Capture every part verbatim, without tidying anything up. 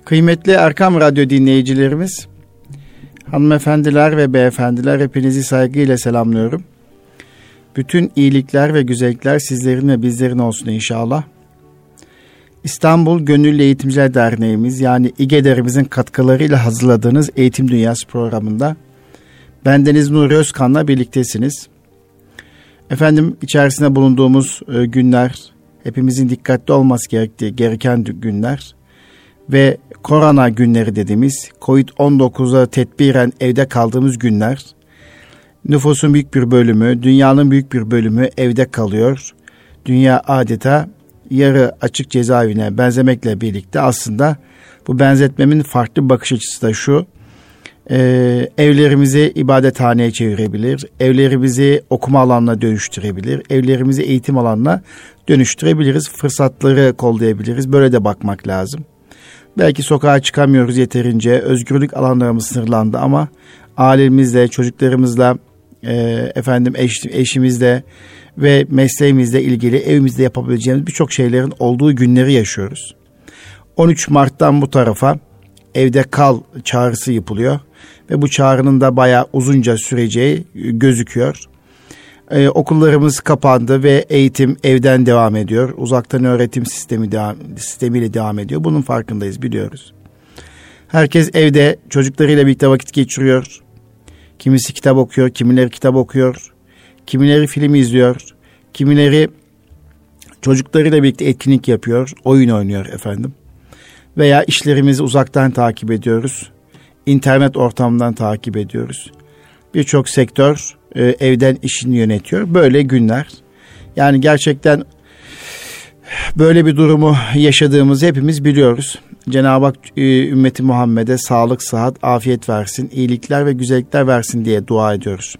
Kıymetli Erkam Radyo dinleyicilerimiz, hanımefendiler ve beyefendiler, hepinizi saygıyla selamlıyorum. Bütün iyilikler ve güzellikler sizlerin ve bizlerin olsun inşallah. İstanbul Gönüllü Eğitimciler Derneğimiz yani İGEDER'imizin katkılarıyla hazırladığınız Eğitim Dünyası programında bendeniz Nuri Özkan'la birliktesiniz. Efendim, içerisinde bulunduğumuz günler hepimizin dikkatli olması gerektiği gereken günler ve korona günleri dediğimiz kovid on dokuza tedbiren evde kaldığımız günler. Nüfusun büyük bir bölümü, dünyanın büyük bir bölümü evde kalıyor. Dünya adeta yarı açık cezaevine benzemekle birlikte aslında bu benzetmemin farklı bir bakış açısı da şu. E, evlerimizi ibadethaneye çevirebilir, evlerimizi okuma alanına dönüştürebilir, evlerimizi eğitim alanına dönüştürebiliriz, fırsatları kollayabiliriz. Böyle de bakmak lazım. Belki sokağa çıkamıyoruz yeterince, özgürlük alanlarımız sınırlandı ama ailemizle, çocuklarımızla, e, efendim eş, eşimizle ve mesleğimizle ilgili evimizde yapabileceğimiz birçok şeylerin olduğu günleri yaşıyoruz. on üç Mart'tan bu tarafa evde kal çağrısı yapılıyor ve bu çağrının da bayağı uzunca süreceği gözüküyor. Ee, okullarımız kapandı ve eğitim evden devam ediyor. Uzaktan öğretim sistemi devam, sistemiyle devam ediyor. Bunun farkındayız, biliyoruz. Herkes evde çocuklarıyla birlikte vakit geçiriyor. Kimisi kitap okuyor, kimileri kitap okuyor. Kimileri film izliyor. Kimileri çocuklarıyla birlikte etkinlik yapıyor, oyun oynuyor efendim. Veya işlerimizi uzaktan takip ediyoruz. İnternet ortamından takip ediyoruz. Birçok sektör e, evden işini yönetiyor. Böyle günler. Yani gerçekten böyle bir durumu yaşadığımızı hepimiz biliyoruz. Cenab-ı Hak e, ümmeti Muhammed'e sağlık, sıhhat, afiyet versin, iyilikler ve güzellikler versin diye dua ediyoruz.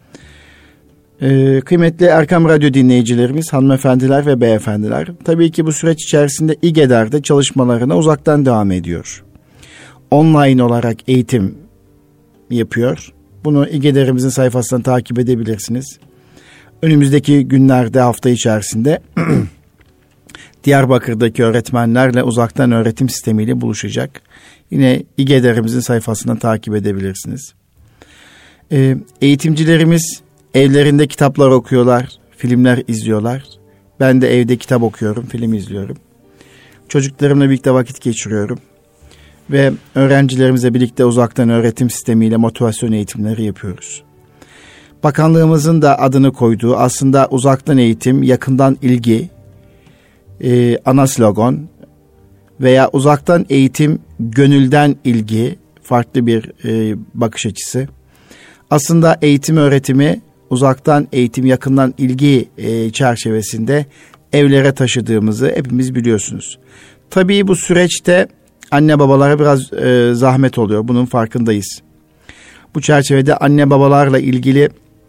E, kıymetli Erkam Radyo dinleyicilerimiz, hanımefendiler ve beyefendiler, tabii ki bu süreç içerisinde İGEDER'de çalışmalarına uzaktan devam ediyor. Online olarak eğitim yapıyor. Bunu İGEDER'imizin sayfasından takip edebilirsiniz. Önümüzdeki günlerde, hafta içerisinde Diyarbakır'daki öğretmenlerle uzaktan öğretim sistemiyle buluşacak. Yine İGEDER'imizin sayfasından takip edebilirsiniz. Ee, eğitimcilerimiz evlerinde kitaplar okuyorlar, filmler izliyorlar. Ben de evde kitap okuyorum, film izliyorum. Çocuklarımla birlikte vakit geçiriyorum. Ve öğrencilerimizle birlikte uzaktan öğretim sistemiyle motivasyon eğitimleri yapıyoruz. Bakanlığımızın da adını koyduğu aslında uzaktan eğitim, yakından ilgi, e, ana slogan veya uzaktan eğitim, gönülden ilgi, farklı bir e, bakış açısı. Aslında eğitim öğretimi, uzaktan eğitim, yakından ilgi e, çerçevesinde evlere taşıdığımızı hepimiz biliyorsunuz. Tabii bu süreçte anne babalara biraz e, zahmet oluyor. Bunun farkındayız. Bu çerçevede anne babalarla ilgili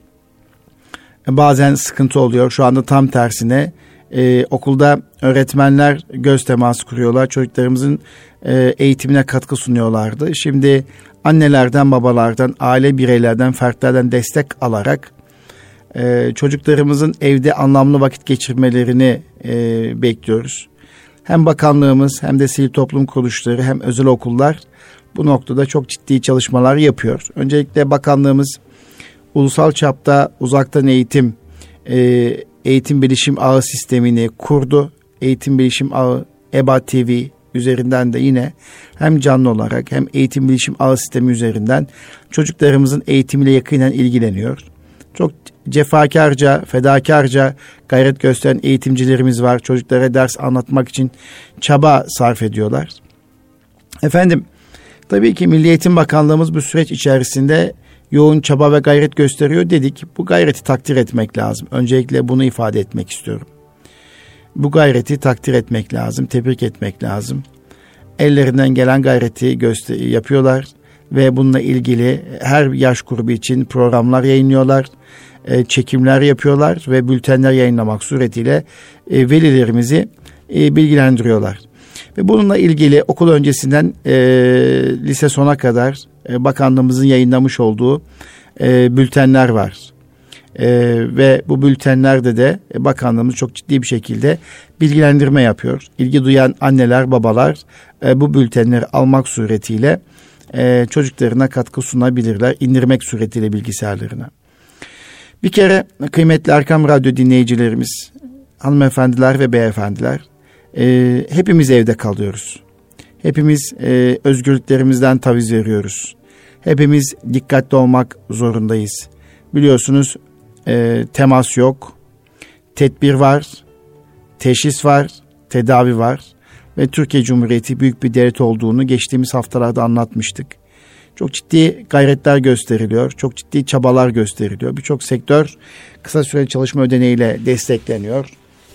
bazen sıkıntı oluyor. Şu anda tam tersine e, okulda öğretmenler göz teması kuruyorlar. Çocuklarımızın e, eğitimine katkı sunuyorlardı. Şimdi annelerden, babalardan, aile bireylerden, fertlerden destek alarak e, çocuklarımızın evde anlamlı vakit geçirmelerini e, bekliyoruz. Hem bakanlığımız hem de sivil toplum kuruluşları hem özel okullar bu noktada çok ciddi çalışmalar yapıyor. Öncelikle bakanlığımız ulusal çapta uzaktan eğitim, e, eğitim bilişim ağı sistemini kurdu. Eğitim bilişim ağı EBA T V üzerinden de yine hem canlı olarak hem eğitim bilişim ağı sistemi üzerinden çocuklarımızın eğitimiyle yakinen ilgileniyor. Çok cefakarca, fedakarca gayret gösteren eğitimcilerimiz var. Çocuklara ders anlatmak için çaba sarf ediyorlar. Efendim, tabii ki Milli Eğitim Bakanlığımız bu süreç içerisinde yoğun çaba ve gayret gösteriyor dedik. Bu gayreti takdir etmek lazım. Öncelikle bunu ifade etmek istiyorum. Bu gayreti takdir etmek lazım, tebrik etmek lazım. Ellerinden gelen gayreti göster- yapıyorlar ve bununla ilgili her yaş grubu için programlar yayınlıyorlar, e, çekimler yapıyorlar ve bültenler yayınlamak suretiyle e, velilerimizi e, bilgilendiriyorlar. Ve bununla ilgili okul öncesinden e, lise sona kadar e, bakanlığımızın yayınlamış olduğu e, bültenler var. Ee, ve bu bültenlerde de bakanlığımız çok ciddi bir şekilde bilgilendirme yapıyor. İlgi duyan anneler, babalar e, bu bültenleri almak suretiyle e, çocuklarına katkı sunabilirler. İndirmek suretiyle bilgisayarlarına. Bir kere kıymetli Erkam Radyo dinleyicilerimiz, hanımefendiler ve beyefendiler, e, hepimiz evde kalıyoruz. Hepimiz e, özgürlüklerimizden taviz veriyoruz. Hepimiz dikkatli olmak zorundayız. Biliyorsunuz e, temas yok, tedbir var, teşhis var, tedavi var ve Türkiye Cumhuriyeti büyük bir devlet olduğunu geçtiğimiz haftalarda anlatmıştık. Çok ciddi gayretler gösteriliyor, çok ciddi çabalar gösteriliyor. Birçok sektör kısa süreli çalışma ödeneğiyle destekleniyor.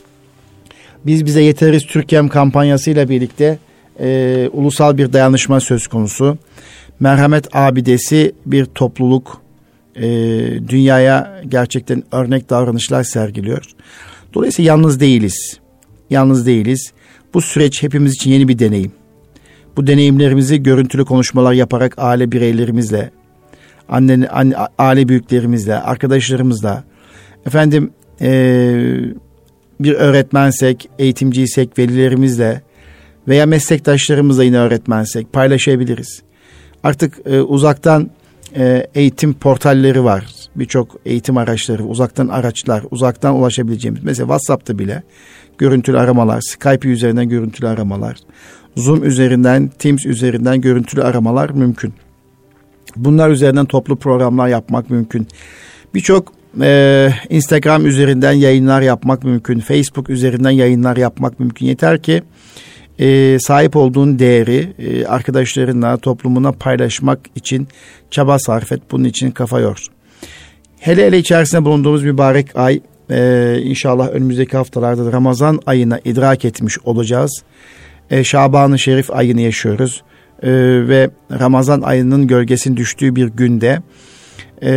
Biz bize yeteriz Türkiye'm kampanyasıyla birlikte e, ulusal bir dayanışma söz konusu. Merhamet abidesi bir topluluk e, dünyaya gerçekten örnek davranışlar sergiliyor. Dolayısıyla yalnız değiliz. Yalnız değiliz. Bu süreç hepimiz için yeni bir deneyim. Bu deneyimlerimizi görüntülü konuşmalar yaparak aile bireylerimizle, anne, anne, aile büyüklerimizle, arkadaşlarımızla, efendim e, bir öğretmensek, eğitimciysek, velilerimizle veya meslektaşlarımızla yine öğretmensek paylaşabiliriz. Artık e, uzaktan e, eğitim portalleri var. Birçok eğitim araçları, uzaktan araçlar, uzaktan ulaşabileceğimiz. Mesela WhatsApp'ta bile görüntülü aramalar, Skype üzerinden görüntülü aramalar, Zoom üzerinden, Teams üzerinden görüntülü aramalar mümkün. Bunlar üzerinden toplu programlar yapmak mümkün. Birçok e, Instagram üzerinden yayınlar yapmak mümkün. Facebook üzerinden yayınlar yapmak mümkün. Yeter ki e, sahip olduğun değeri e, arkadaşlarınla, toplumuna paylaşmak için çaba sarf et. Bunun için kafa yor. Hele hele içerisinde bulunduğumuz mübarek ay, e, inşallah önümüzdeki haftalarda Ramazan ayına idrak etmiş olacağız. E, Şaban-ı Şerif ayını yaşıyoruz. E, ve Ramazan ayının gölgesinin düştüğü bir günde e,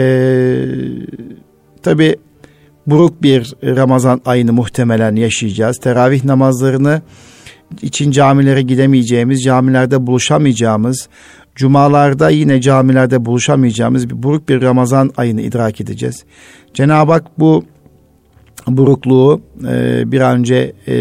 tabi buruk bir Ramazan ayını muhtemelen yaşayacağız. Teravih namazlarını için camilere gidemeyeceğimiz, camilerde buluşamayacağımız, cumalarda yine camilerde buluşamayacağımız bir buruk bir Ramazan ayını idrak edeceğiz. Cenab-ı Hak bu burukluğu e, bir an önce e,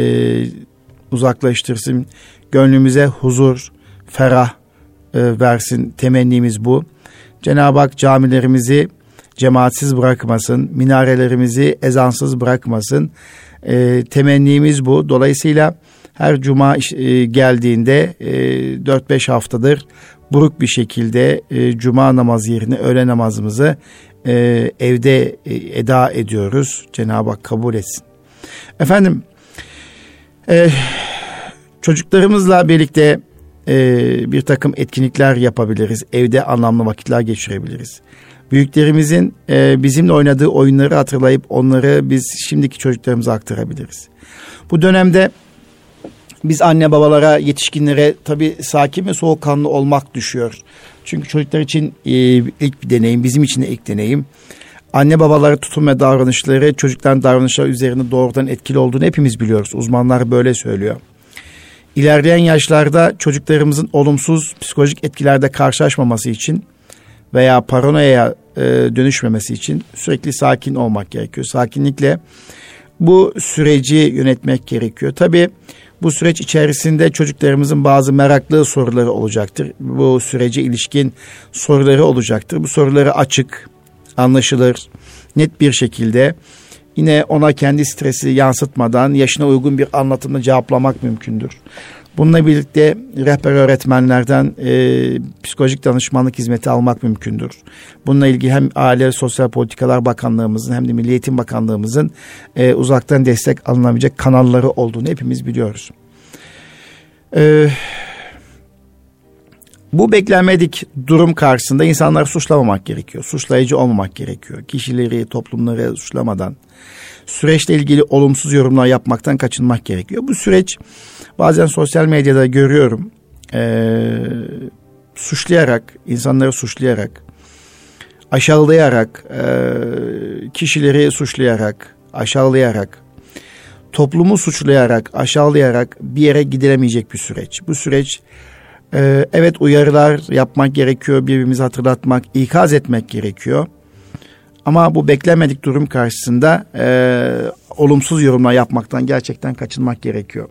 uzaklaştırsın, gönlümüze huzur, ferah e, versin, temennimiz bu. Cenab-ı Hak camilerimizi cemaatsiz bırakmasın, minarelerimizi ezansız bırakmasın. E, temennimiz bu. Dolayısıyla her cuma e, geldiğinde e, dört beş haftadır buruk bir şekilde e, cuma namazı yerine öğle namazımızı e, evde e, eda ediyoruz. Cenab-ı Hak kabul etsin. Efendim, e, çocuklarımızla birlikte e, bir takım etkinlikler yapabiliriz. Evde anlamlı vakitler geçirebiliriz. Büyüklerimizin e, bizimle oynadığı oyunları hatırlayıp onları biz şimdiki çocuklarımıza aktarabiliriz. Bu dönemde biz anne babalara, yetişkinlere tabii sakin ve soğukkanlı olmak düşüyor. Çünkü çocuklar için e, ilk bir deneyim, bizim için de ilk deneyim. Anne babalara tutum ve davranışları çocukların davranışları üzerinde doğrudan etkili olduğunu hepimiz biliyoruz. Uzmanlar böyle söylüyor. İlerleyen yaşlarda çocuklarımızın olumsuz psikolojik etkilerde karşılaşmaması için veya paranoya e, dönüşmemesi için sürekli sakin olmak gerekiyor. Sakinlikle bu süreci yönetmek gerekiyor. Tabii bu süreç içerisinde çocuklarımızın bazı meraklı soruları olacaktır. Bu sürece ilişkin soruları olacaktır. Bu soruları açık, anlaşılır, net bir şekilde yine ona kendi stresi yansıtmadan yaşına uygun bir anlatımla cevaplamak mümkündür. Bununla birlikte rehber öğretmenlerden e, psikolojik danışmanlık hizmeti almak mümkündür. Bununla ilgili hem Aile ve Sosyal Politikalar Bakanlığımızın hem de Milli Eğitim Bakanlığımızın e, uzaktan destek alınabilecek kanalları olduğunu hepimiz biliyoruz. E, bu beklenmedik durum karşısında insanları suçlamamak gerekiyor. Suçlayıcı olmamak gerekiyor. Kişileri, toplumları suçlamadan süreçle ilgili olumsuz yorumlar yapmaktan kaçınmak gerekiyor. Bu süreç bazen sosyal medyada görüyorum, e, suçlayarak, insanları suçlayarak, aşağılayarak, e, kişileri suçlayarak, aşağılayarak, toplumu suçlayarak, aşağılayarak bir yere gidilemeyecek bir süreç. Bu süreç e, evet uyarılar yapmak gerekiyor, birbirimizi hatırlatmak, ikaz etmek gerekiyor. Ama bu beklenmedik durum karşısında e, olumsuz yorumlar yapmaktan gerçekten kaçınmak gerekiyor.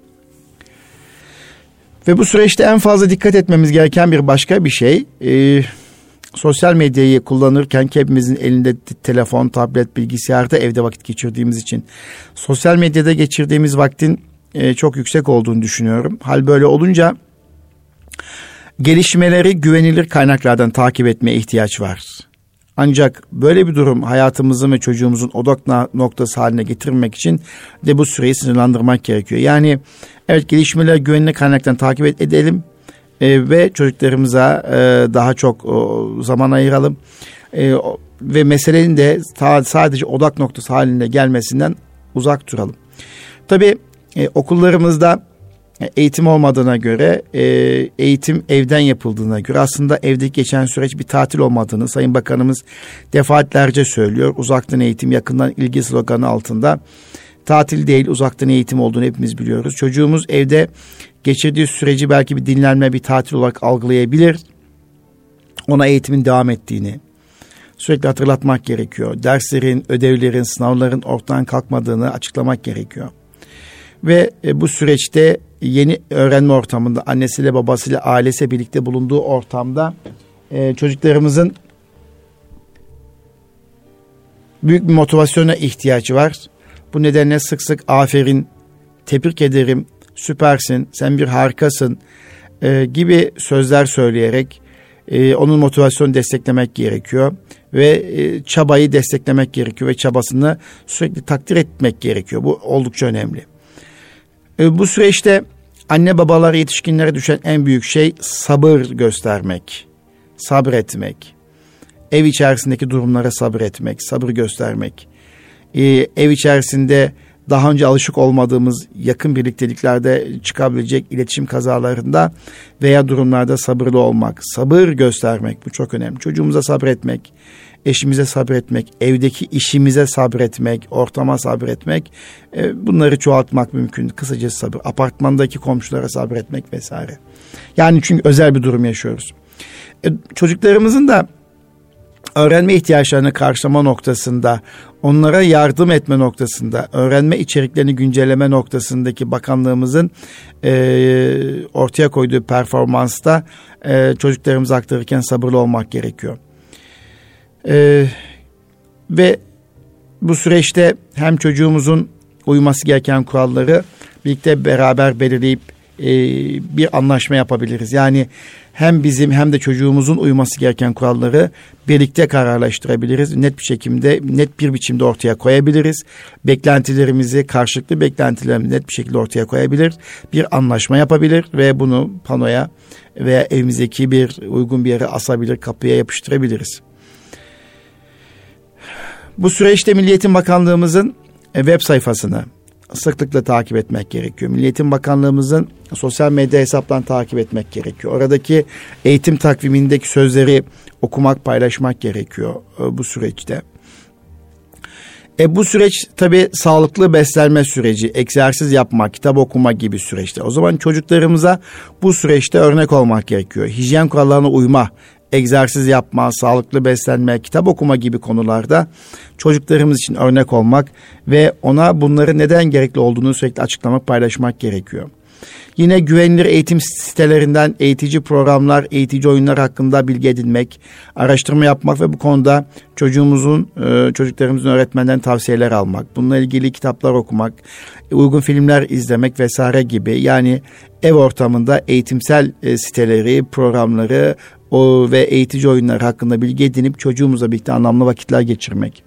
Ve bu süreçte en fazla dikkat etmemiz gereken bir başka bir şey, e, sosyal medyayı kullanırken ki hepimizin elinde telefon, tablet, bilgisayarda evde vakit geçirdiğimiz için sosyal medyada geçirdiğimiz vaktin e, çok yüksek olduğunu düşünüyorum. Hal böyle olunca gelişmeleri güvenilir kaynaklardan takip etmeye ihtiyaç var. Ancak böyle bir durum hayatımızın ve çocuğumuzun odak noktası haline getirmek için de bu süreyi sınırlandırmak gerekiyor. Yani evet, gelişmeleri güvenilir kaynaktan takip edelim e, ve çocuklarımıza e, daha çok o, zaman ayıralım. E, o, ve meselenin de ta, sadece odak noktası halinde gelmesinden uzak duralım. Tabii e, okullarımızda eğitim olmadığına göre, eğitim evden yapıldığına göre aslında evdeki geçen süreç bir tatil olmadığını Sayın Bakanımız defaatlerce söylüyor. Uzaktan eğitim, yakından ilgi sloganı altında tatil değil, uzaktan eğitim olduğunu hepimiz biliyoruz. Çocuğumuz evde geçirdiği süreci belki bir dinlenme, bir tatil olarak algılayabilir. Ona eğitimin devam ettiğini sürekli hatırlatmak gerekiyor. Derslerin, ödevlerin, sınavların ortadan kalkmadığını açıklamak gerekiyor. Ve bu süreçte yeni öğrenme ortamında annesiyle babasıyla ailesiyle birlikte bulunduğu ortamda e, çocuklarımızın büyük bir motivasyona ihtiyacı var. Bu nedenle sık sık aferin, tebrik ederim, süpersin, sen bir harikasın e, gibi sözler söyleyerek e, onun motivasyonu desteklemek gerekiyor. Ve e, çabayı desteklemek gerekiyor ve çabasını sürekli takdir etmek gerekiyor. Bu oldukça önemli. Bu süreçte anne babalar yetişkinlere düşen en büyük şey sabır göstermek, sabretmek, ev içerisindeki durumlara sabretmek, sabır göstermek, ee, ev içerisinde daha önce alışık olmadığımız yakın birlikteliklerde çıkabilecek iletişim kazalarında veya durumlarda sabırlı olmak, sabır göstermek, bu çok önemli. Çocuğumuza sabretmek, eşimize sabretmek, evdeki işimize sabretmek, ortama sabretmek, e, bunları çoğaltmak mümkün. Kısacası sabır. Apartmandaki komşulara sabretmek vesaire. Yani çünkü özel bir durum yaşıyoruz. E, çocuklarımızın da öğrenme ihtiyaçlarını karşılama noktasında, onlara yardım etme noktasında, öğrenme içeriklerini güncelleme noktasındaki bakanlığımızın e, ortaya koyduğu performansta e, çocuklarımıza aktarırken sabırlı olmak gerekiyor. Ee, ve bu süreçte hem çocuğumuzun uyması gereken kuralları birlikte beraber belirleyip e, bir anlaşma yapabiliriz. Yani hem bizim hem de çocuğumuzun uyması gereken kuralları birlikte kararlaştırabiliriz. Net bir şekilde, net bir biçimde ortaya koyabiliriz. Beklentilerimizi, karşılıklı beklentilerimizi net bir şekilde ortaya koyabilir. Bir anlaşma yapabilir ve bunu panoya veya evimizdeki bir uygun bir yere asabilir, kapıya yapıştırabiliriz. Bu süreçte Milli Eğitim Bakanlığımızın web sayfasını sıklıkla takip etmek gerekiyor. Milli Eğitim Bakanlığımızın sosyal medya hesaplarını takip etmek gerekiyor. Oradaki eğitim takvimindeki sözleri okumak, paylaşmak gerekiyor bu süreçte. E bu süreç tabii sağlıklı beslenme süreci, egzersiz yapmak, kitap okuma gibi süreçte. O zaman çocuklarımıza bu süreçte örnek olmak gerekiyor. Hijyen kurallarına uyma, egzersiz yapma, sağlıklı beslenme, kitap okuma gibi konularda çocuklarımız için örnek olmak ve ona bunları neden gerekli olduğunu sürekli açıklamak, paylaşmak gerekiyor. Yine güvenilir eğitim sitelerinden eğitici programlar, eğitici oyunlar hakkında bilgi edinmek, araştırma yapmak ve bu konuda çocuğumuzun, çocuklarımızın öğretmenden tavsiyeler almak, bununla ilgili kitaplar okumak, uygun filmler izlemek vesaire gibi, yani ev ortamında eğitimsel siteleri, programları o ve eğitici oyunlar hakkında bilgi edinip çocuğumuzla birlikte anlamlı vakitler geçirmek.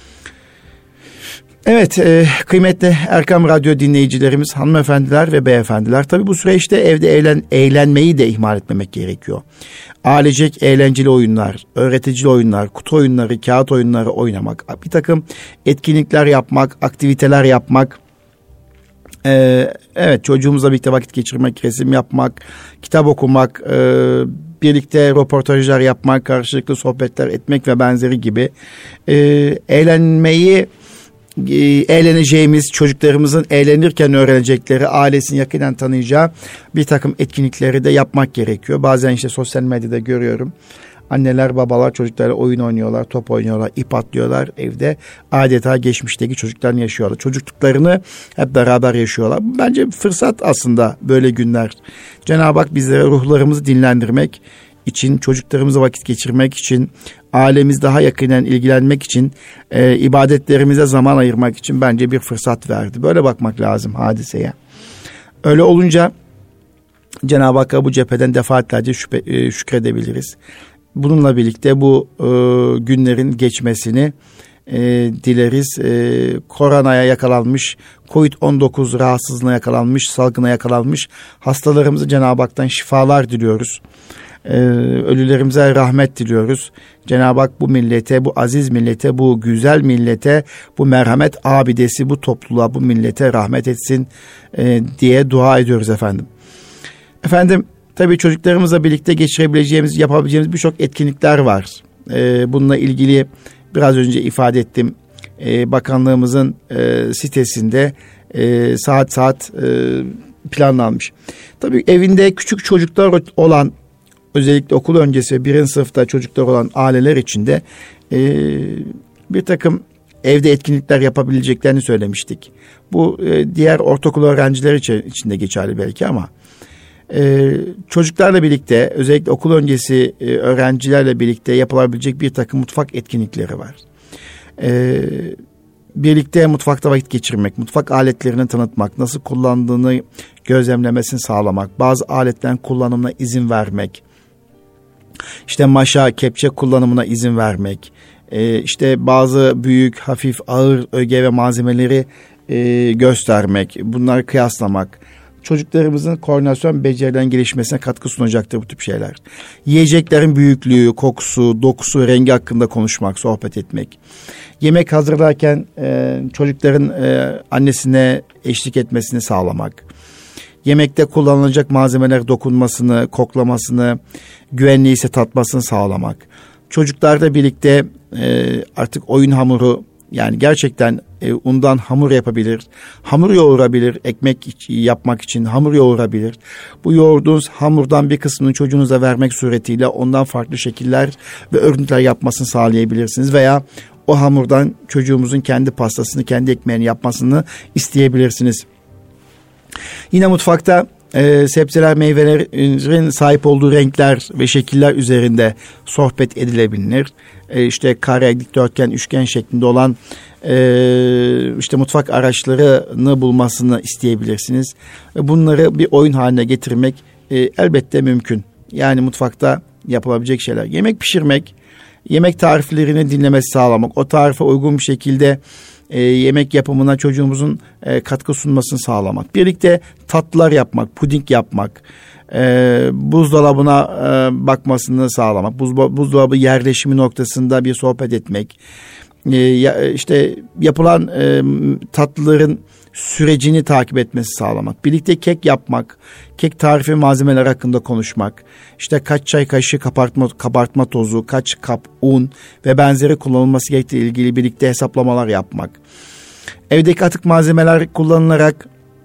Evet, e, kıymetli Erkam Radyo dinleyicilerimiz, hanımefendiler ve beyefendiler, tabii bu süreçte evde eğlen, eğlenmeyi de ihmal etmemek gerekiyor. Ailecek eğlenceli oyunlar, öğretici oyunlar, kutu oyunları, kağıt oyunları oynamak, bir takım etkinlikler yapmak, aktiviteler yapmak, e, evet çocuğumuzla birlikte vakit geçirmek, resim yapmak, kitap okumak, e, birlikte röportajlar yapmak, karşılıklı sohbetler etmek ve benzeri gibi e, eğlenmeyi, e, eğleneceğimiz, çocuklarımızın eğlenirken öğrenecekleri, ailesini yakinen tanıyacağı bir takım etkinlikleri de yapmak gerekiyor. Bazen işte sosyal medyada görüyorum. Anneler babalar çocuklarla oyun oynuyorlar, top oynuyorlar, ip atlıyorlar evde. Adeta geçmişteki çocukların yaşıyorlar. Çocukluklarını hep beraber yaşıyorlar. Bence fırsat aslında böyle günler. Cenab-ı Hak bizlere ruhlarımızı dinlendirmek için, çocuklarımızla vakit geçirmek için, ailemiz daha yakından ilgilenmek için, e, ibadetlerimize zaman ayırmak için bence bir fırsat verdi. Böyle bakmak lazım hadiseye. Öyle olunca Cenab-ı Hakk'a bu cepheden defaatlerce şüphe, e, şükredebiliriz. Bununla birlikte bu e, günlerin geçmesini e, dileriz. E, koronaya yakalanmış, kovid on dokuz rahatsızlığına yakalanmış, salgına yakalanmış hastalarımıza Cenab-ı Hak'tan şifalar diliyoruz. Ee, ölülerimize rahmet diliyoruz. Cenab-ı Hak bu millete, bu aziz millete, bu güzel millete, bu merhamet abidesi, bu topluluğa, bu millete rahmet etsin e, diye dua ediyoruz efendim. Efendim tabii çocuklarımızla birlikte geçirebileceğimiz, yapabileceğimiz birçok etkinlikler var. Ee, bununla ilgili biraz önce ifade ettim. Ee, bakanlığımızın e, sitesinde e, saat saat e, planlanmış. Tabii evinde küçük çocuklar olan, özellikle okul öncesi ve birinci sınıfta çocuklar olan aileler için de e, bir takım evde etkinlikler yapabileceklerini söylemiştik. Bu e, diğer ortaokul öğrencileri için de geçerli belki ama e, çocuklarla birlikte, özellikle okul öncesi e, öğrencilerle birlikte yapılabilecek bir takım mutfak etkinlikleri var. E, birlikte mutfakta vakit geçirmek, mutfak aletlerini tanıtmak, nasıl kullandığını gözlemlemesini sağlamak, bazı aletlerin kullanımına izin vermek, İşte maşa, kepçe kullanımına izin vermek, e, işte bazı büyük, hafif, ağır öge ve malzemeleri e, göstermek, bunları kıyaslamak, çocuklarımızın koordinasyon becerilerinin gelişmesine katkı sunacaktır bu tip şeyler. Yiyeceklerin büyüklüğü, kokusu, dokusu, rengi hakkında konuşmak, sohbet etmek. Yemek hazırlarken e, çocukların e, annesine eşlik etmesini sağlamak. Yemekte kullanılacak malzemeler dokunmasını, koklamasını, güvenli ise tatmasını sağlamak. Çocuklarla birlikte e, artık oyun hamuru, yani gerçekten e, undan hamur yapabilir, hamur yoğurabilir, ekmek yapmak için hamur yoğurabilir. Bu yoğurduğunuz hamurdan bir kısmını çocuğunuza vermek suretiyle ondan farklı şekiller ve örüntüler yapmasını sağlayabilirsiniz. Veya o hamurdan çocuğumuzun kendi pastasını, kendi ekmeğini yapmasını isteyebilirsiniz. Yine mutfakta e, sebzeler, meyvelerin sahip olduğu renkler ve şekiller üzerinde sohbet edilebilir. E, işte kare, dikdörtgen, üçgen şeklinde olan e, işte mutfak araçlarını bulmasını isteyebilirsiniz. Bunları bir oyun haline getirmek e, elbette mümkün. Yani mutfakta yapılabilecek şeyler. Yemek pişirmek, yemek tariflerini dinlemesi sağlamak, o tarife uygun bir şekilde E, yemek yapımına çocuğumuzun e, katkı sunmasını sağlamak. Birlikte tatlılar yapmak, puding yapmak, e, buzdolabına e, bakmasını sağlamak, Buz, buzdolabı yerleşimi noktasında bir sohbet etmek, e, ya, işte yapılan e, tatlıların sürecini takip etmesi sağlamak, birlikte kek yapmak, kek tarifi malzemeler hakkında konuşmak, işte kaç çay kaşığı kabartma, kabartma tozu, kaç kap un ve benzeri kullanılması gerektiği ilgili birlikte hesaplamalar yapmak. Evdeki atık malzemeler kullanılarak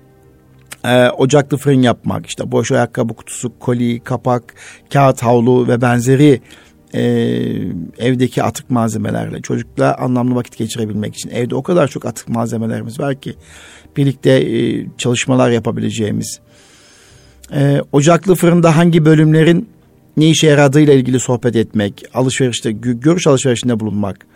e, ocaklı fırın yapmak, işte boş ayakkabı kutusu, koli, kapak, kağıt havlu ve benzeri e, evdeki atık malzemelerle çocukla anlamlı vakit geçirebilmek için. Evde o kadar çok atık malzemelerimiz var ki birlikte e, çalışmalar yapabileceğimiz. E, ocaklı fırında hangi bölümlerin ne işe yaradığıyla ilgili sohbet etmek, alışverişte, görüş alışverişinde bulunmak.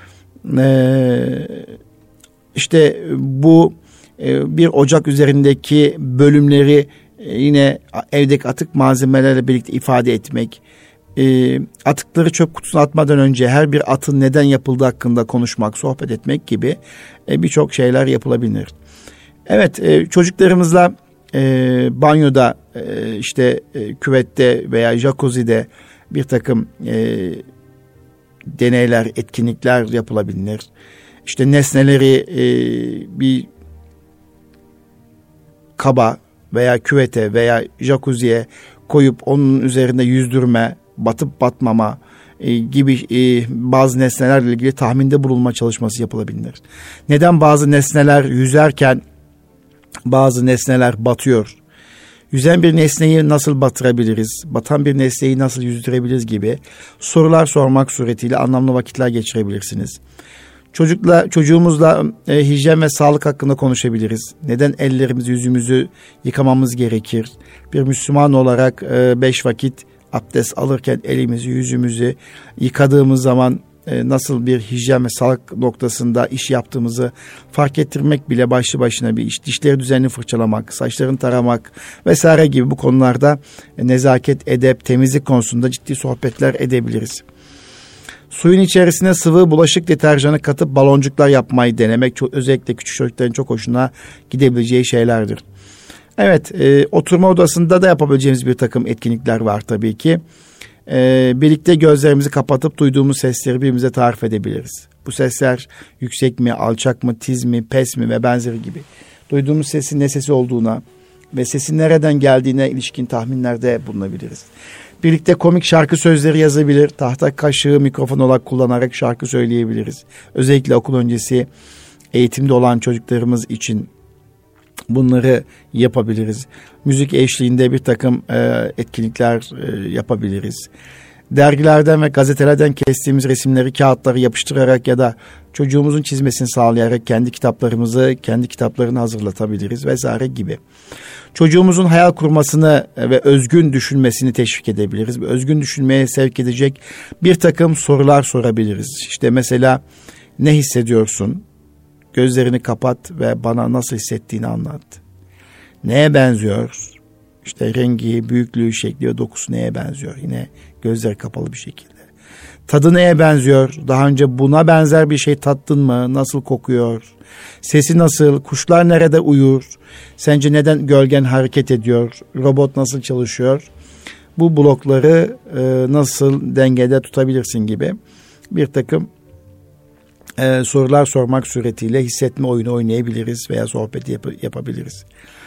E, işte bu e, bir ocak üzerindeki bölümleri e, yine evdeki atık malzemelerle birlikte ifade etmek. E, atıkları çöp kutusuna atmadan önce her bir atın neden yapıldığı hakkında konuşmak, sohbet etmek gibi e, birçok şeyler yapılabilir. Evet, e, çocuklarımızla e, banyoda, e, işte e, küvette veya jacuzzi'de bir takım e, deneyler, etkinlikler yapılabilir. İşte nesneleri e, bir kaba veya küvete veya jacuzziye koyup onun üzerinde yüzdürme, batıp batmama e, gibi e, bazı nesnelerle ilgili tahminde bulunma çalışması yapılabilir. Neden bazı nesneler yüzerken bazı nesneler batıyor? Yüzen bir nesneyi nasıl batırabiliriz, batan bir nesneyi nasıl yüzdürebiliriz gibi sorular sormak suretiyle anlamlı vakitler geçirebilirsiniz. Çocukla, çocuğumuzla e, hijyen ve sağlık hakkında konuşabiliriz. Neden ellerimizi, yüzümüzü yıkamamız gerekir? Bir Müslüman olarak e, beş vakit abdest alırken elimizi, yüzümüzü yıkadığımız zaman e, nasıl bir hijyen ve sağlık noktasında iş yaptığımızı fark ettirmek bile başlı başına bir iş. Dişleri düzenli fırçalamak, saçlarını taramak vesaire gibi bu konularda e, nezaket, edep, temizlik konusunda ciddi sohbetler edebiliriz. Suyun içerisine sıvı bulaşık deterjanı katıp baloncuklar yapmayı denemek çok, özellikle küçük çocukların çok hoşuna gidebileceği şeylerdir. Evet, e, oturma odasında da yapabileceğimiz bir takım etkinlikler var tabii ki. E, birlikte gözlerimizi kapatıp duyduğumuz sesleri birbirimize tarif edebiliriz. Bu sesler yüksek mi, alçak mı, tiz mi, pes mi ve benzeri gibi. Duyduğumuz sesin ne sesi olduğuna ve sesin nereden geldiğine ilişkin tahminlerde bulunabiliriz. Birlikte komik şarkı sözleri yazabilir, tahta kaşığı mikrofon olarak kullanarak şarkı söyleyebiliriz. Özellikle okul öncesi eğitimde olan çocuklarımız için bunları yapabiliriz. Müzik eşliğinde bir takım e, etkinlikler e, yapabiliriz. Dergilerden ve gazetelerden kestiğimiz resimleri kağıtları yapıştırarak ya da çocuğumuzun çizmesini sağlayarak kendi kitaplarımızı, kendi kitaplarını hazırlatabiliriz vesaire gibi. Çocuğumuzun hayal kurmasını ve özgün düşünmesini teşvik edebiliriz. Özgün düşünmeye sevk edecek bir takım sorular sorabiliriz. İşte mesela ne hissediyorsun? Gözlerini kapat ve bana nasıl hissettiğini anlat. Neye benziyor? İşte rengi, büyüklüğü, şekli ve dokusu neye benziyor? Yine gözleri kapalı bir şekilde. Tadı neye benziyor? Daha önce buna benzer bir şey tattın mı? Nasıl kokuyor? Sesi nasıl? Kuşlar nerede uyur? Sence neden gölgen hareket ediyor? Robot nasıl çalışıyor? Bu blokları e, nasıl dengede tutabilirsin gibi bir takım e, sorular sormak suretiyle hissetme oyunu oynayabiliriz veya sohbet yap- yapabiliriz.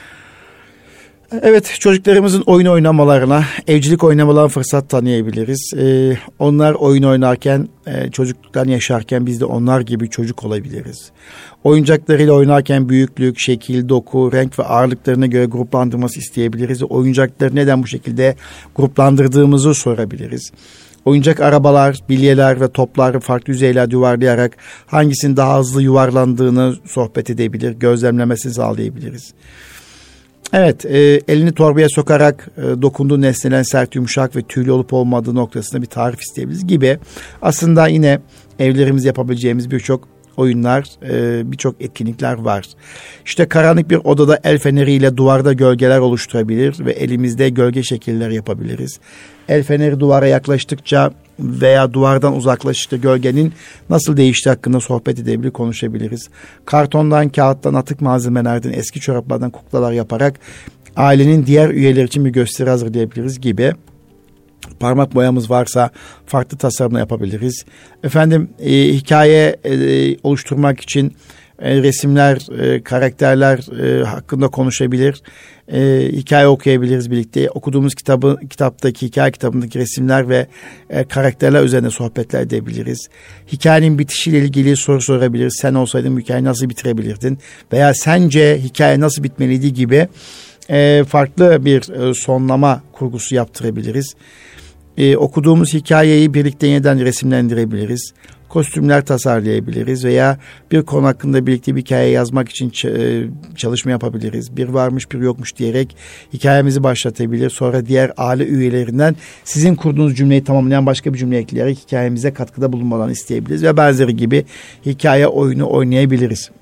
Evet, çocuklarımızın oyun oynamalarına, evcilik oynamalarına fırsat tanıyabiliriz. Ee, onlar oyun oynarken, e, çocukluktan yaşarken biz de onlar gibi çocuk olabiliriz. Oyuncaklarıyla oynarken büyüklük, şekil, doku, renk ve ağırlıklarına göre gruplandırması isteyebiliriz. Oyuncakları neden bu şekilde gruplandırdığımızı sorabiliriz. Oyuncak arabalar, bilyeler ve topları farklı yüzeyler yuvarlayarak hangisinin daha hızlı yuvarlandığını sohbet edebilir, gözlemlemesini sağlayabiliriz. Evet, e, elini torbaya sokarak e, dokunduğu nesnelerin sert, yumuşak ve tüylü olup olmadığı noktasında bir tarif isteyebiliriz gibi. Aslında yine evlerimiz yapabileceğimiz birçok oyunlar, e, birçok etkinlikler var. İşte karanlık bir odada el feneriyle duvarda gölgeler oluşturabilir ve elimizde gölge şekiller yapabiliriz. El feneri duvara yaklaştıkça veya duvardan uzaklaştıkça gölgenin nasıl değiştiği hakkında sohbet edebilir, konuşabiliriz. Kartondan, kağıttan, atık malzemelerden, eski çoraplardan kuklalar yaparak ailenin diğer üyeleri için bir gösteri hazırlayabiliriz gibi. Parmak boyamız varsa farklı tasarımla yapabiliriz. Efendim e, hikaye e, oluşturmak için e, resimler, e, karakterler e, hakkında konuşabilir. E, hikaye okuyabiliriz birlikte. Okuduğumuz kitabı, kitaptaki, hikaye kitabındaki resimler ve e, karakterler üzerine sohbetler edebiliriz. Hikayenin bitişiyle ilgili soru sorabiliriz. Sen olsaydın bu hikayeyi nasıl bitirebilirdin? Veya sence hikaye nasıl bitmeliydi gibi e, farklı bir e, sonlama kurgusu yaptırabiliriz. Ee, okuduğumuz hikayeyi birlikte yeniden resimlendirebiliriz. Kostümler tasarlayabiliriz veya bir konu hakkında birlikte bir hikaye yazmak için ç- çalışma yapabiliriz. Bir varmış bir yokmuş diyerek hikayemizi başlatabilir. Sonra diğer aile üyelerinden sizin kurduğunuz cümleyi tamamlayan başka bir cümle ekleyerek hikayemize katkıda bulunmalarını isteyebiliriz ve benzeri gibi hikaye oyunu oynayabiliriz.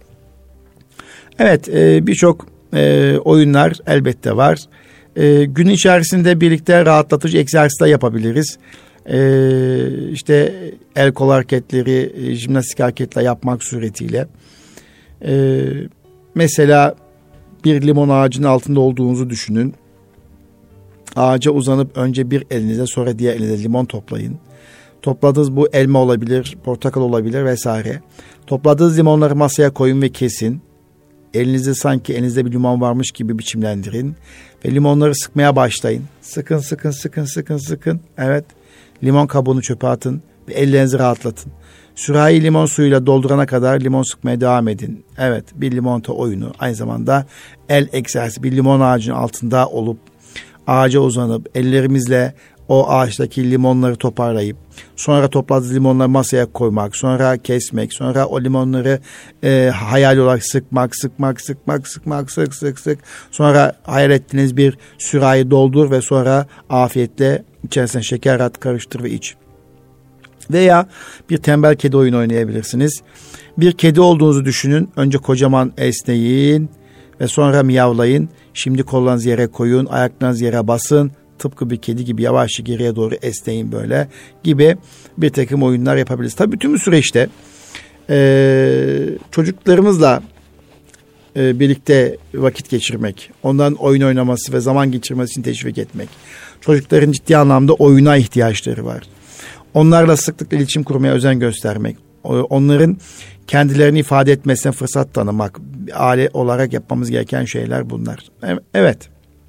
Evet, e, birçok e, oyunlar elbette var. Ee, gün içerisinde birlikte rahatlatıcı egzersizler yapabiliriz. Ee, işte el kol hareketleri, e, jimnastik hareketler yapmak suretiyle. Ee, mesela bir limon ağacının altında olduğunuzu düşünün. Ağaca uzanıp önce bir elinize sonra diğer elinize limon toplayın. Topladığınız bu elma olabilir, portakal olabilir vesaire. Topladığınız limonları masaya koyun ve kesin. Elinizi sanki elinizde bir limon varmış gibi biçimlendirin. Ve limonları sıkmaya başlayın. Sıkın sıkın sıkın sıkın sıkın. Evet, limon kabuğunu çöpe atın ve ellerinizi rahatlatın. Sürahi limon suyuyla doldurana kadar limon sıkmaya devam edin. Evet, bir limonata oyunu, aynı zamanda el egzersizi. Bir limon ağacının altında olup ağaca uzanıp ellerimizle o ağaçtaki limonları toparlayıp sonra topladığımız limonları masaya koymak, sonra kesmek, sonra o limonları e, hayal olarak sıkmak, sıkmak, sıkmak, sıkmak, sık sık sık. Sonra hayal ettiğiniz bir sürahi doldur ve sonra afiyetle içerisine şeker at, karıştır ve iç. Veya bir tembel kedi oyunu oynayabilirsiniz. Bir kedi olduğunuzu düşünün. Önce kocaman esneyin ve sonra miyavlayın. Şimdi kollarınızı yere koyun, ayaklarınızı yere basın. Tıpkı bir kedi gibi yavaşça geriye doğru esneyin böyle gibi bir takım oyunlar yapabiliriz. Tabii bütün bu süreçte e, çocuklarımızla e, birlikte vakit geçirmek, onların oyun oynaması ve zaman geçirmesi için teşvik etmek. Çocukların ciddi anlamda oyuna ihtiyaçları var. Onlarla sıklıkla iletişim kurmaya özen göstermek, onların kendilerini ifade etmesine fırsat tanımak, aile olarak yapmamız gereken şeyler bunlar. Evet.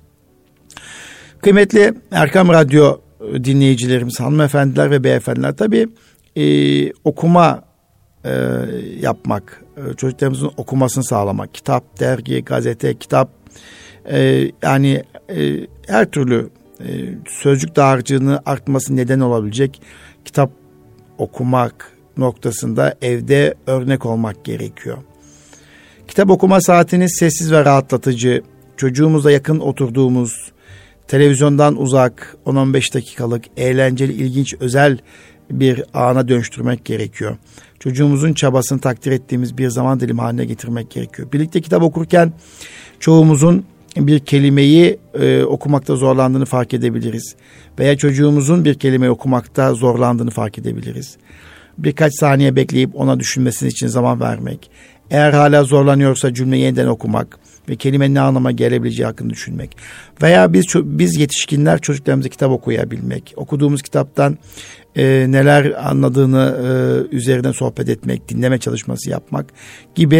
Kıymetli Erkam Radyo dinleyicilerimiz, hanımefendiler ve beyefendiler, tabii e, okuma e, yapmak, e, çocuklarımızın okumasını sağlamak, kitap, dergi, gazete, kitap, e, yani e, her türlü e, sözcük dağarcığını artması neden olabilecek kitap okumak noktasında evde örnek olmak gerekiyor. Kitap okuma saatiniz sessiz ve rahatlatıcı, çocuğumuzla yakın oturduğumuz, televizyondan uzak on on beş dakikalık eğlenceli, ilginç, özel bir ana dönüştürmek gerekiyor. Çocuğumuzun çabasını takdir ettiğimiz bir zaman dilimi haline getirmek gerekiyor. Birlikte kitap okurken çoğumuzun bir kelimeyi e, okumakta zorlandığını fark edebiliriz. Veya çocuğumuzun bir kelimeyi okumakta zorlandığını fark edebiliriz. Birkaç saniye bekleyip ona düşünmesi için zaman vermek. Eğer hala zorlanıyorsa cümleyi yeniden okumak ve kelimenin ne anlama gelebileceği hakkında düşünmek. Veya biz biz yetişkinler çocuklarımıza kitap okuyabilmek, okuduğumuz kitaptan e, neler anladığını e, üzerine sohbet etmek, dinleme çalışması yapmak gibi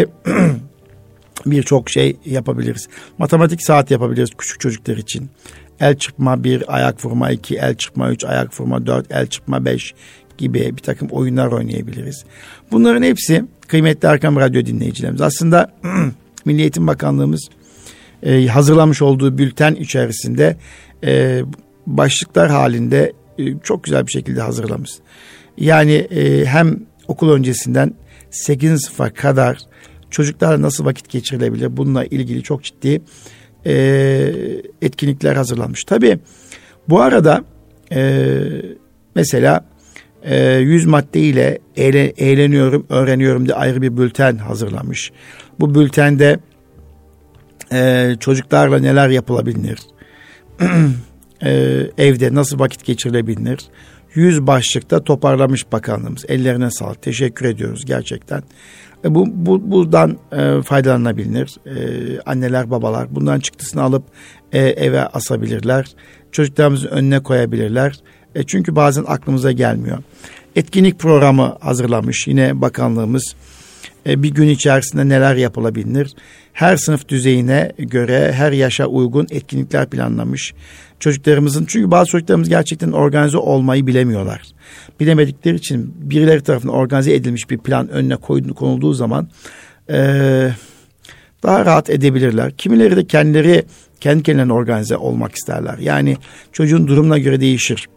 birçok şey yapabiliriz. Matematik saat yapabiliriz küçük çocuklar için. El çırpma bir, ayak vurma iki, el çırpma üç, ayak vurma dört, el çırpma beş gibi bir takım oyunlar oynayabiliriz. Bunların hepsi kıymetli Erkam Radyo dinleyicilerimiz. Aslında Milli Eğitim Bakanlığımız e, hazırlamış olduğu bülten içerisinde e, başlıklar halinde e, çok güzel bir şekilde hazırlamış. Yani e, hem okul öncesinden sekizinci sınıfa kadar çocuklarla nasıl vakit geçirilebilir, bununla ilgili çok ciddi e, etkinlikler hazırlanmış. Tabii bu arada e, mesela e, yüz maddeyle eğle, eğleniyorum, öğreniyorum diye ayrı bir bülten hazırlanmış. Bu bültende e, çocuklarla neler yapılabilir, e, evde nasıl vakit geçirilebilir, yüz başlıkta toparlamış bakanlığımız. Ellerine sağlık. Teşekkür ediyoruz gerçekten. E, bu, bu buradan e, faydalanabilir. E, anneler, babalar bundan çıktısını alıp e, eve asabilirler. Çocuklarımızın önüne koyabilirler. E, çünkü bazen aklımıza gelmiyor. Etkinlik programı hazırlamış yine bakanlığımız. E, bir gün içerisinde neler yapılabilir? Her sınıf düzeyine göre her yaşa uygun etkinlikler planlamış. Çocuklarımızın, çünkü bazı çocuklarımız gerçekten organize olmayı bilemiyorlar. Bilemedikleri için birileri tarafından organize edilmiş bir plan önüne konulduğu zaman e, daha rahat edebilirler. Kimileri de kendileri kendi kendilerine organize olmak isterler. Yani çocuğun durumuna göre değişir.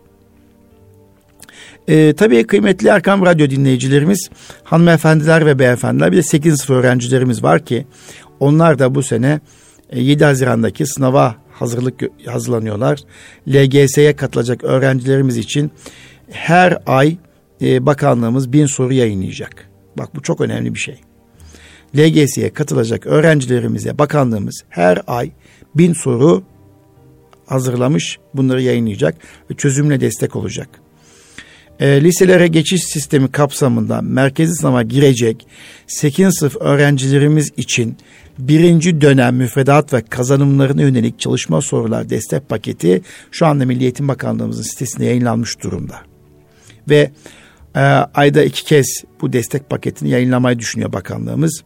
Ee, tabii kıymetli Erkam Radyo dinleyicilerimiz, hanımefendiler ve beyefendiler, bir de sekizinci sınıf öğrencilerimiz var ki onlar da bu sene yedi Haziran'daki sınava hazırlık hazırlanıyorlar. L G S'ye katılacak öğrencilerimiz için her ay e, bakanlığımız bin soru yayınlayacak. Bak, bu çok önemli bir şey. L G S'ye katılacak öğrencilerimize bakanlığımız her ay bin soru hazırlamış, bunları yayınlayacak ve çözümle destek olacak. E, liselere geçiş sistemi kapsamında merkezi sınava girecek sekizinci sınıf öğrencilerimiz için birinci dönem müfredat ve kazanımlarına yönelik çalışma sorular destek paketi şu anda Milli Eğitim Bakanlığımızın sitesinde yayınlanmış durumda. Ve e, ayda iki kez bu destek paketini yayınlamayı düşünüyor bakanlığımız.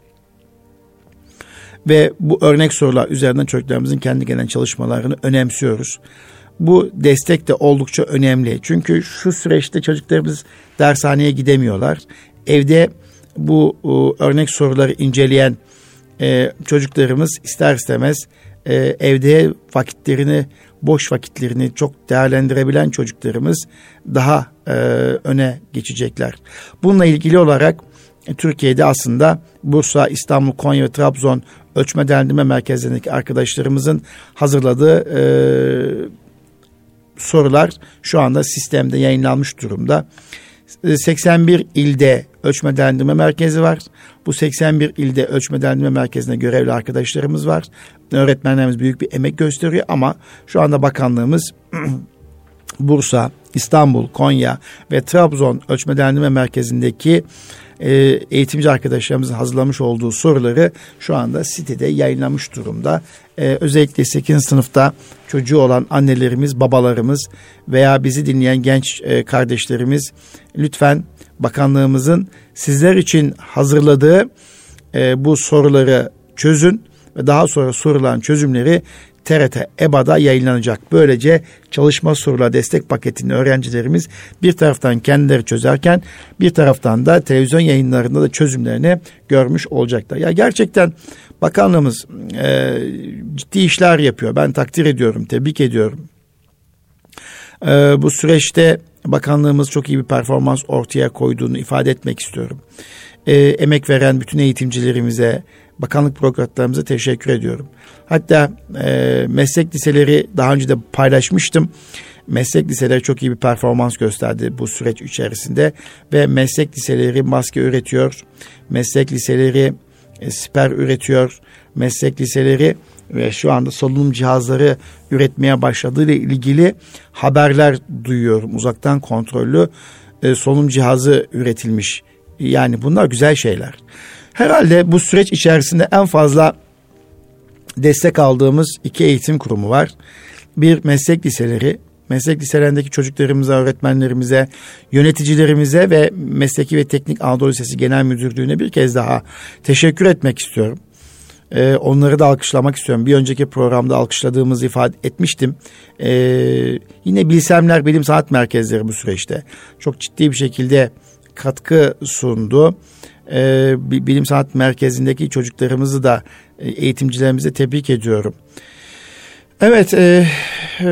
Ve bu örnek sorular üzerinden çocuklarımızın kendi gelen çalışmalarını önemsiyoruz. Bu destek de oldukça önemli. Çünkü şu süreçte çocuklarımız dershaneye gidemiyorlar. evde bu e, örnek soruları inceleyen e, çocuklarımız ister istemez e, evde vakitlerini, boş vakitlerini çok değerlendirebilen çocuklarımız daha e, öne geçecekler. Bununla ilgili olarak e, Türkiye'de aslında Bursa, İstanbul, Konya ve Trabzon ölçme değerlendirme merkezlerindeki arkadaşlarımızın hazırladığı e, sorular şu anda sistemde yayınlanmış durumda. seksen bir ilde ölçme değerlendirme merkezi var. Bu seksen bir ilde ölçme değerlendirme merkezine görevli arkadaşlarımız var. Öğretmenlerimiz büyük bir emek gösteriyor ama şu anda bakanlığımız Bursa, İstanbul, Konya ve Trabzon ölçme değerlendirme merkezindeki eğitimci arkadaşlarımızın hazırlamış olduğu soruları şu anda sitede yayınlamış durumda. Ee, özellikle sekizinci sınıfta çocuğu olan annelerimiz, babalarımız veya bizi dinleyen genç e, kardeşlerimiz lütfen bakanlığımızın sizler için hazırladığı e, bu soruları çözün ve daha sonra sorulan çözümleri T R T E B A'da yayınlanacak. Böylece çalışma soruları destek paketini öğrencilerimiz bir taraftan kendileri çözerken bir taraftan da televizyon yayınlarında da çözümlerini görmüş olacaklar. Ya gerçekten bakanlığımız e, ciddi işler yapıyor. Ben takdir ediyorum, tebrik ediyorum. E, bu süreçte bakanlığımız çok iyi bir performans ortaya koyduğunu ifade etmek istiyorum. E, emek veren bütün eğitimcilerimize, bakanlık bürokratlarımıza teşekkür ediyorum. Hatta e, meslek liseleri daha önce de paylaşmıştım. Meslek liseleri çok iyi bir performans gösterdi bu süreç içerisinde ve meslek liseleri maske üretiyor, meslek liseleri e, siper üretiyor, meslek liseleri ve şu anda solunum cihazları üretmeye başladığı ile ilgili haberler duyuyorum. Uzaktan kontrollü e, solunum cihazı üretilmiş. Yani bunlar güzel şeyler. Herhalde bu süreç içerisinde en fazla destek aldığımız iki eğitim kurumu var. Bir meslek liseleri, meslek liselerindeki çocuklarımıza, öğretmenlerimize, yöneticilerimize ve Mesleki ve Teknik Anadolu Lisesi Genel Müdürlüğü'ne bir kez daha teşekkür etmek istiyorum. Ee, onları da alkışlamak istiyorum. Bir önceki programda alkışladığımızı ifade etmiştim. Ee, yine Bilsemler Bilim Sanat Merkezleri bu süreçte çok ciddi bir şekilde katkı sundu. Ee, Bilim Sanat Merkezi'ndeki çocuklarımızı da e, eğitimcilerimizi tebrik ediyorum. Evet, e, e,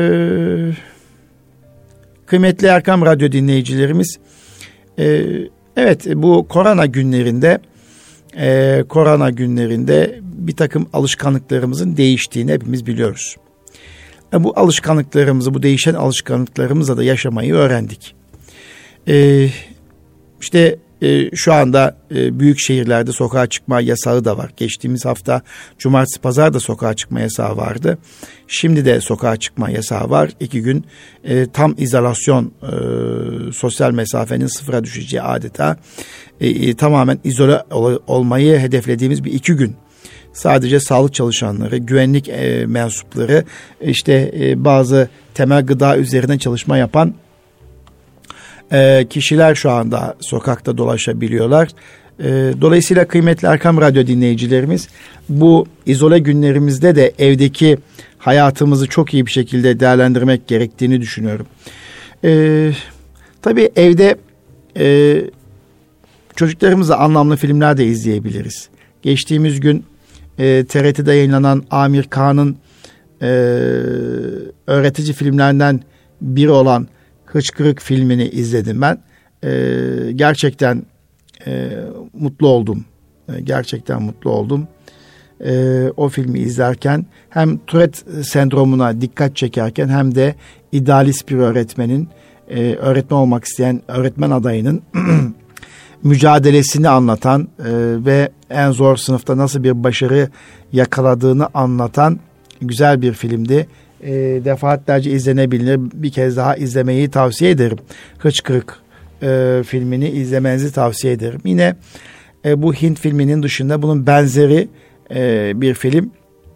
kıymetli Erkam Radyo dinleyicilerimiz, e, evet bu korona günlerinde, e, korona günlerinde bir takım alışkanlıklarımızın değiştiğini hepimiz biliyoruz. E, bu alışkanlıklarımızı, bu değişen alışkanlıklarımızla da yaşamayı öğrendik. E, işte e, şu anda e, büyük şehirlerde sokağa çıkma yasağı da var. Geçtiğimiz hafta cumartesi pazar da sokağa çıkma yasağı vardı. Şimdi de sokağa çıkma yasağı var. İki gün e, tam izolasyon, e, sosyal mesafenin sıfıra düşeceği adeta e, e, tamamen izole ol, olmayı hedeflediğimiz bir iki gün. Sadece sağlık çalışanları, güvenlik e, mensupları, işte e, bazı temel gıda üzerine çalışma yapan e, kişiler şu anda sokakta dolaşabiliyorlar. E, dolayısıyla kıymetli Erkam Radyo dinleyicilerimiz, bu izole günlerimizde de evdeki hayatımızı çok iyi bir şekilde değerlendirmek gerektiğini düşünüyorum. E, tabii evde e, çocuklarımızla anlamlı filmler de izleyebiliriz. Geçtiğimiz gün E, T R T'de yayınlanan Amir Kağan'ın e, öğretici filmlerinden biri olan Hıçkırık filmini izledim ben. E, gerçekten e, mutlu oldum. E, gerçekten mutlu oldum. E, o filmi izlerken hem Tourette sendromuna dikkat çekerken hem de idealist bir öğretmenin, e, öğretmen olmak isteyen öğretmen adayının mücadelesini anlatan e, ve en zor sınıfta nasıl bir başarı yakaladığını anlatan güzel bir filmdi. E, defaatlerce izlenebilir. Bir kez daha izlemeyi tavsiye ederim. Hıçkırık e, filmini izlemenizi tavsiye ederim. Yine e, bu Hint filminin dışında bunun benzeri e, bir film,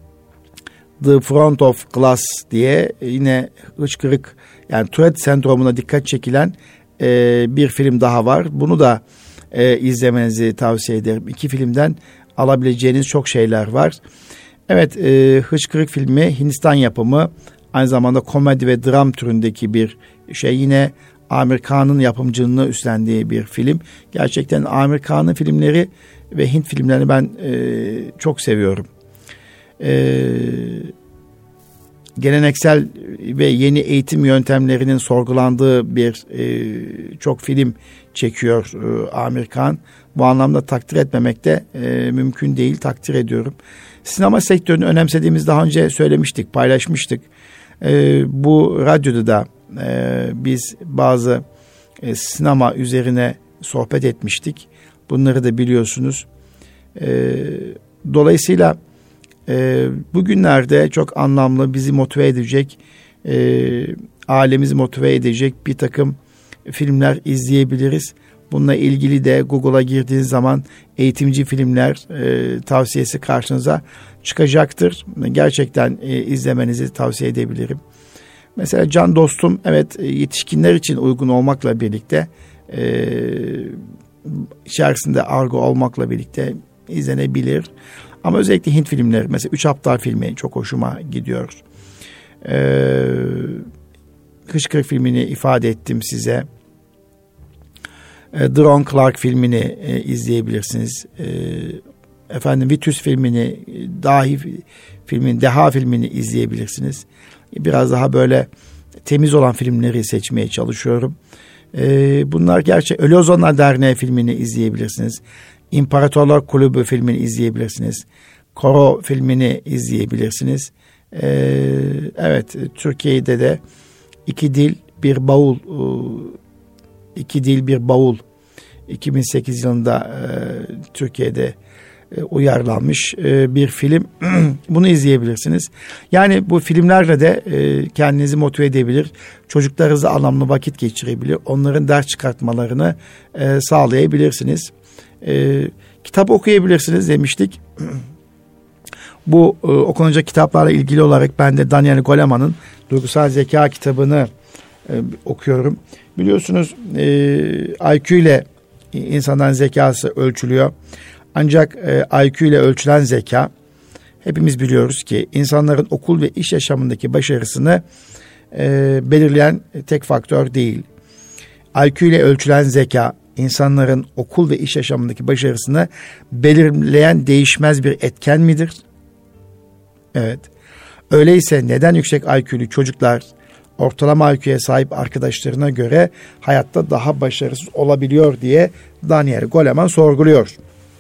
The Front of Glass diye, yine hıçkırık, yani Tourette sendromuna dikkat çekilen e, bir film daha var. Bunu da E, izlemenizi tavsiye ederim. İki filmden alabileceğiniz çok şeyler var. Evet, e, Hıçkırık filmi Hindistan yapımı, aynı zamanda komedi ve dram türündeki bir şey. Yine Amir Khan'ın yapımcılığını üstlendiği bir film. Gerçekten Amir Khan'ın filmleri ve Hint filmlerini ben e, çok seviyorum. E, geleneksel ve yeni eğitim yöntemlerinin sorgulandığı bir e, çok film çekiyor e, Amir Khan. Bu anlamda takdir etmemek de e, mümkün değil, takdir ediyorum. Sinema sektörünü önemsediğimiz daha önce söylemiştik, paylaşmıştık. E, bu radyoda da e, biz bazı e, sinema üzerine sohbet etmiştik. Bunları da biliyorsunuz. E, dolayısıyla e, bugünlerde çok anlamlı, bizi motive edecek, e, ailemizi motive edecek bir takım filmler izleyebiliriz. Bununla ilgili de Google'a girdiğiniz zaman eğitimci filmler e, tavsiyesi karşınıza çıkacaktır. Gerçekten e, izlemenizi tavsiye edebilirim. Mesela Can Dostum, evet, yetişkinler için uygun olmakla birlikte, e, içerisinde argo olmakla birlikte izlenebilir. Ama özellikle Hint filmleri, mesela Üç Aptal filmi çok hoşuma gidiyor. E, Hıçkırık filmini ifade ettim size. E, Drone Clark filmini e, izleyebilirsiniz. E, efendim Vitus filmini, Dahi filmin, Deha filmini izleyebilirsiniz. Biraz daha böyle temiz olan filmleri seçmeye çalışıyorum. Ee, bunlar gerçek. Ölü Ozanlar Derneği filmini izleyebilirsiniz. İmparatorlar Kulübü filmini izleyebilirsiniz. Koro filmini izleyebilirsiniz. Ee, evet, Türkiye'de de iki dil bir bavul, iki dil bir bavul iki bin sekiz yılında e, Türkiye'de uyarlanmış bir film. Bunu izleyebilirsiniz. Yani bu filmlerle de kendinizi motive edebilir. Çocuklarınızla anlamlı vakit geçirebilir. Onların ders çıkartmalarını sağlayabilirsiniz. Kitap okuyabilirsiniz demiştik. Bu okunacak kitaplarla ilgili olarak ben de Daniel Goleman'ın Duygusal Zeka kitabını okuyorum. Biliyorsunuz I Q ile insanların zekası ölçülüyor. Ancak e, I Q ile ölçülen zeka, hepimiz biliyoruz ki insanların okul ve iş yaşamındaki başarısını e, belirleyen tek faktör değil. I Q ile ölçülen zeka, insanların okul ve iş yaşamındaki başarısını belirleyen değişmez bir etken midir? Evet. Öyleyse neden yüksek I Q'lu çocuklar ortalama I Q'ye sahip arkadaşlarına göre hayatta daha başarısız olabiliyor diye Daniel Goleman sorguluyor.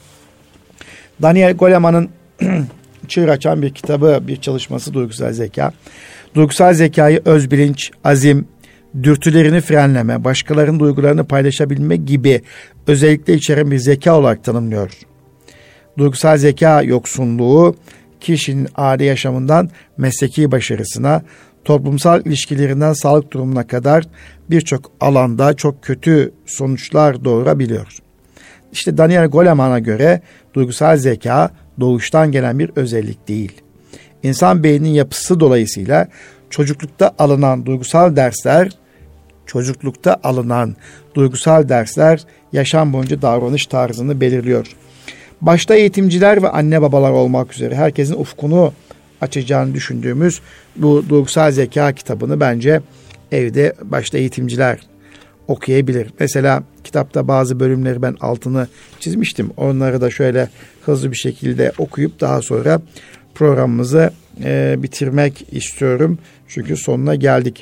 Daniel Goleman'ın çığır açan bir kitabı, bir çalışması Duygusal Zeka. Duygusal zekayı özbilinç, azim, dürtülerini frenleme, başkalarının duygularını paylaşabilme gibi özellikle içeren bir zeka olarak tanımlıyor. Duygusal zeka yoksunluğu kişinin aile yaşamından mesleki başarısına, toplumsal ilişkilerinden sağlık durumuna kadar birçok alanda çok kötü sonuçlar doğurabiliyor. İşte Daniel Goleman'a göre duygusal zeka doğuştan gelen bir özellik değil. İnsan beyninin yapısı dolayısıyla çocuklukta alınan duygusal dersler, çocuklukta alınan duygusal dersler yaşam boyunca davranış tarzını belirliyor. Başta eğitimciler ve anne babalar olmak üzere herkesin ufkunu açacağını düşündüğümüz bu duygusal zeka kitabını bence evde başta eğitimciler okuyabilir. Mesela kitapta bazı bölümleri ben altını çizmiştim. Onları da şöyle hızlı bir şekilde okuyup daha sonra programımızı e, bitirmek istiyorum. Çünkü sonuna geldik.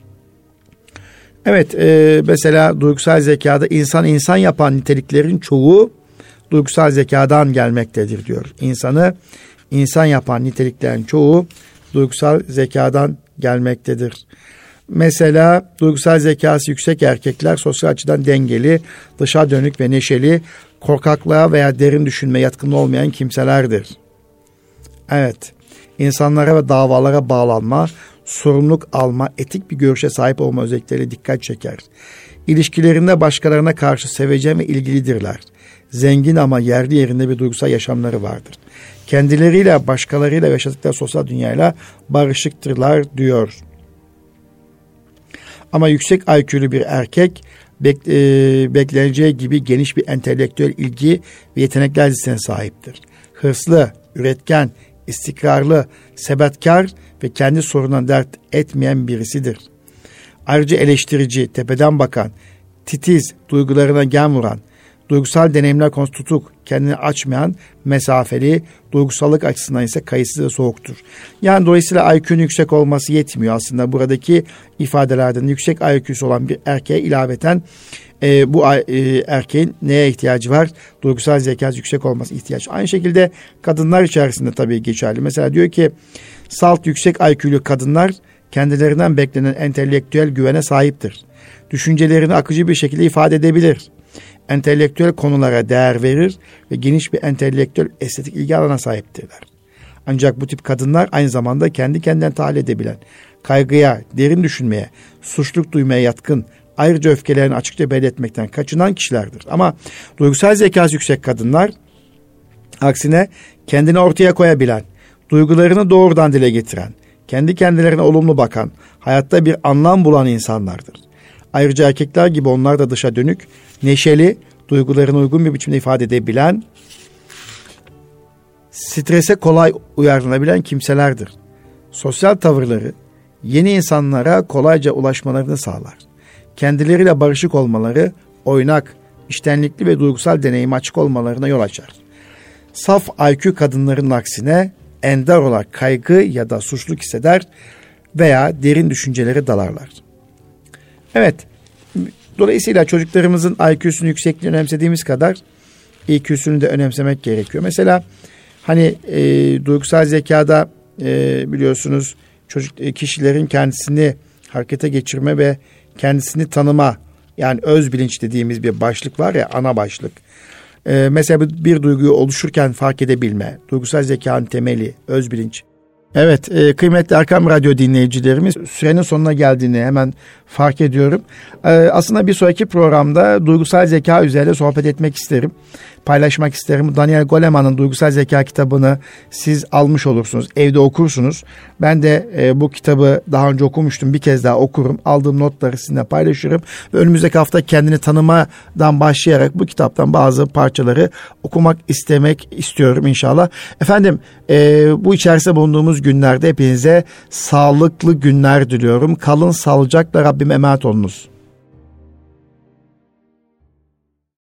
Evet, e, mesela duygusal zekada insan insan yapan niteliklerin çoğu duygusal zekadan gelmektedir diyor. İnsanı insan yapan niteliklerin çoğu duygusal zekadan gelmektedir. Mesela duygusal zekası yüksek erkekler sosyal açıdan dengeli, dışa dönük ve neşeli, korkaklığa veya derin düşünme yatkın olmayan kimselerdir. Evet, insanlara ve davalara bağlanma, sorumluluk alma, etik bir görüşe sahip olma özellikleri dikkat çeker. İlişkilerinde başkalarına karşı sevecen ve ilgilidirler. Zengin ama yerli yerinde bir duygusal yaşamları vardır. Kendileriyle, başkalarıyla yaşadıkları sosyal dünyayla barışıktırlar diyor. Ama yüksek I Q'lu bir erkek bek, e, bekleneceği gibi geniş bir entelektüel ilgi ve yetenekler listesine sahiptir. Hırslı, üretken, istikrarlı, sebatkar ve kendi sorununa dert etmeyen birisidir. Ayrıca eleştirici, tepeden bakan, titiz, duygularına gen vuran, duygusal deneyimler konusunda tutuk, kendini açmayan, mesafeli, duygusallık açısından ise kayıtsız ve soğuktur. Yani dolayısıyla I Q'nun yüksek olması yetmiyor aslında. Buradaki ifadelerden yüksek I Q'su olan bir erkeğe ilaveten e, bu e, erkeğin neye ihtiyacı var? Duygusal zekası yüksek olması ihtiyaç. Aynı şekilde kadınlar içerisinde tabii geçerli. Mesela diyor ki salt yüksek I Q'lu kadınlar kendilerinden beklenen entelektüel güvene sahiptir. Düşüncelerini akıcı bir şekilde ifade edebilir. Entelektüel konulara değer verir ve geniş bir entelektüel estetik ilgi alanına sahiptirler. Ancak bu tip kadınlar aynı zamanda kendi kendinden tahayyül edebilen, kaygıya, derin düşünmeye, suçluluk duymaya yatkın, ayrıca öfkelerini açıkça belli etmekten kaçınan kişilerdir. Ama duygusal zekası yüksek kadınlar aksine kendini ortaya koyabilen, duygularını doğrudan dile getiren, kendi kendilerine olumlu bakan, hayatta bir anlam bulan insanlardır. Ayrıca erkekler gibi onlar da dışa dönük, neşeli, duygularına uygun bir biçimde ifade edebilen, strese kolay uyarlanabilen kimselerdir. Sosyal tavırları yeni insanlara kolayca ulaşmalarını sağlar. Kendileriyle barışık olmaları, oynak, içtenlikli ve duygusal deneyime açık olmalarına yol açar. Saf I Q kadınların aksine ender olarak kaygı ya da suçluluk hisseder veya derin düşüncelere dalarlar. Evet, dolayısıyla çocuklarımızın I Q'sunun yüksekliğini önemsediğimiz kadar I Q'sunu da önemsemek gerekiyor. Mesela hani e, duygusal zekada e, biliyorsunuz çocuk e, kişilerin kendisini harekete geçirme ve kendisini tanıma, yani öz bilinç dediğimiz bir başlık var ya, ana başlık. E, mesela bir duyguyu oluşurken fark edebilme, duygusal zekanın temeli, öz bilinç. Evet, e, kıymetli Erkam Radyo dinleyicilerimiz, sürenin sonuna geldiğini hemen fark ediyorum. E, aslında bir sonraki programda duygusal zeka üzerine sohbet etmek isterim. Paylaşmak isterim. Daniel Goleman'ın Duygusal Zeka kitabını siz almış olursunuz. Evde okursunuz. Ben de e, bu kitabı daha önce okumuştum. Bir kez daha okurum. Aldığım notları sizinle paylaşırım. Ve önümüzdeki hafta kendini tanımadan başlayarak bu kitaptan bazı parçaları okumak istemek istiyorum inşallah. Efendim e, bu içerisinde bulunduğumuz günlerde hepinize sağlıklı günler diliyorum. Kalın sağlıcakla, Rabbime emanet olunuz.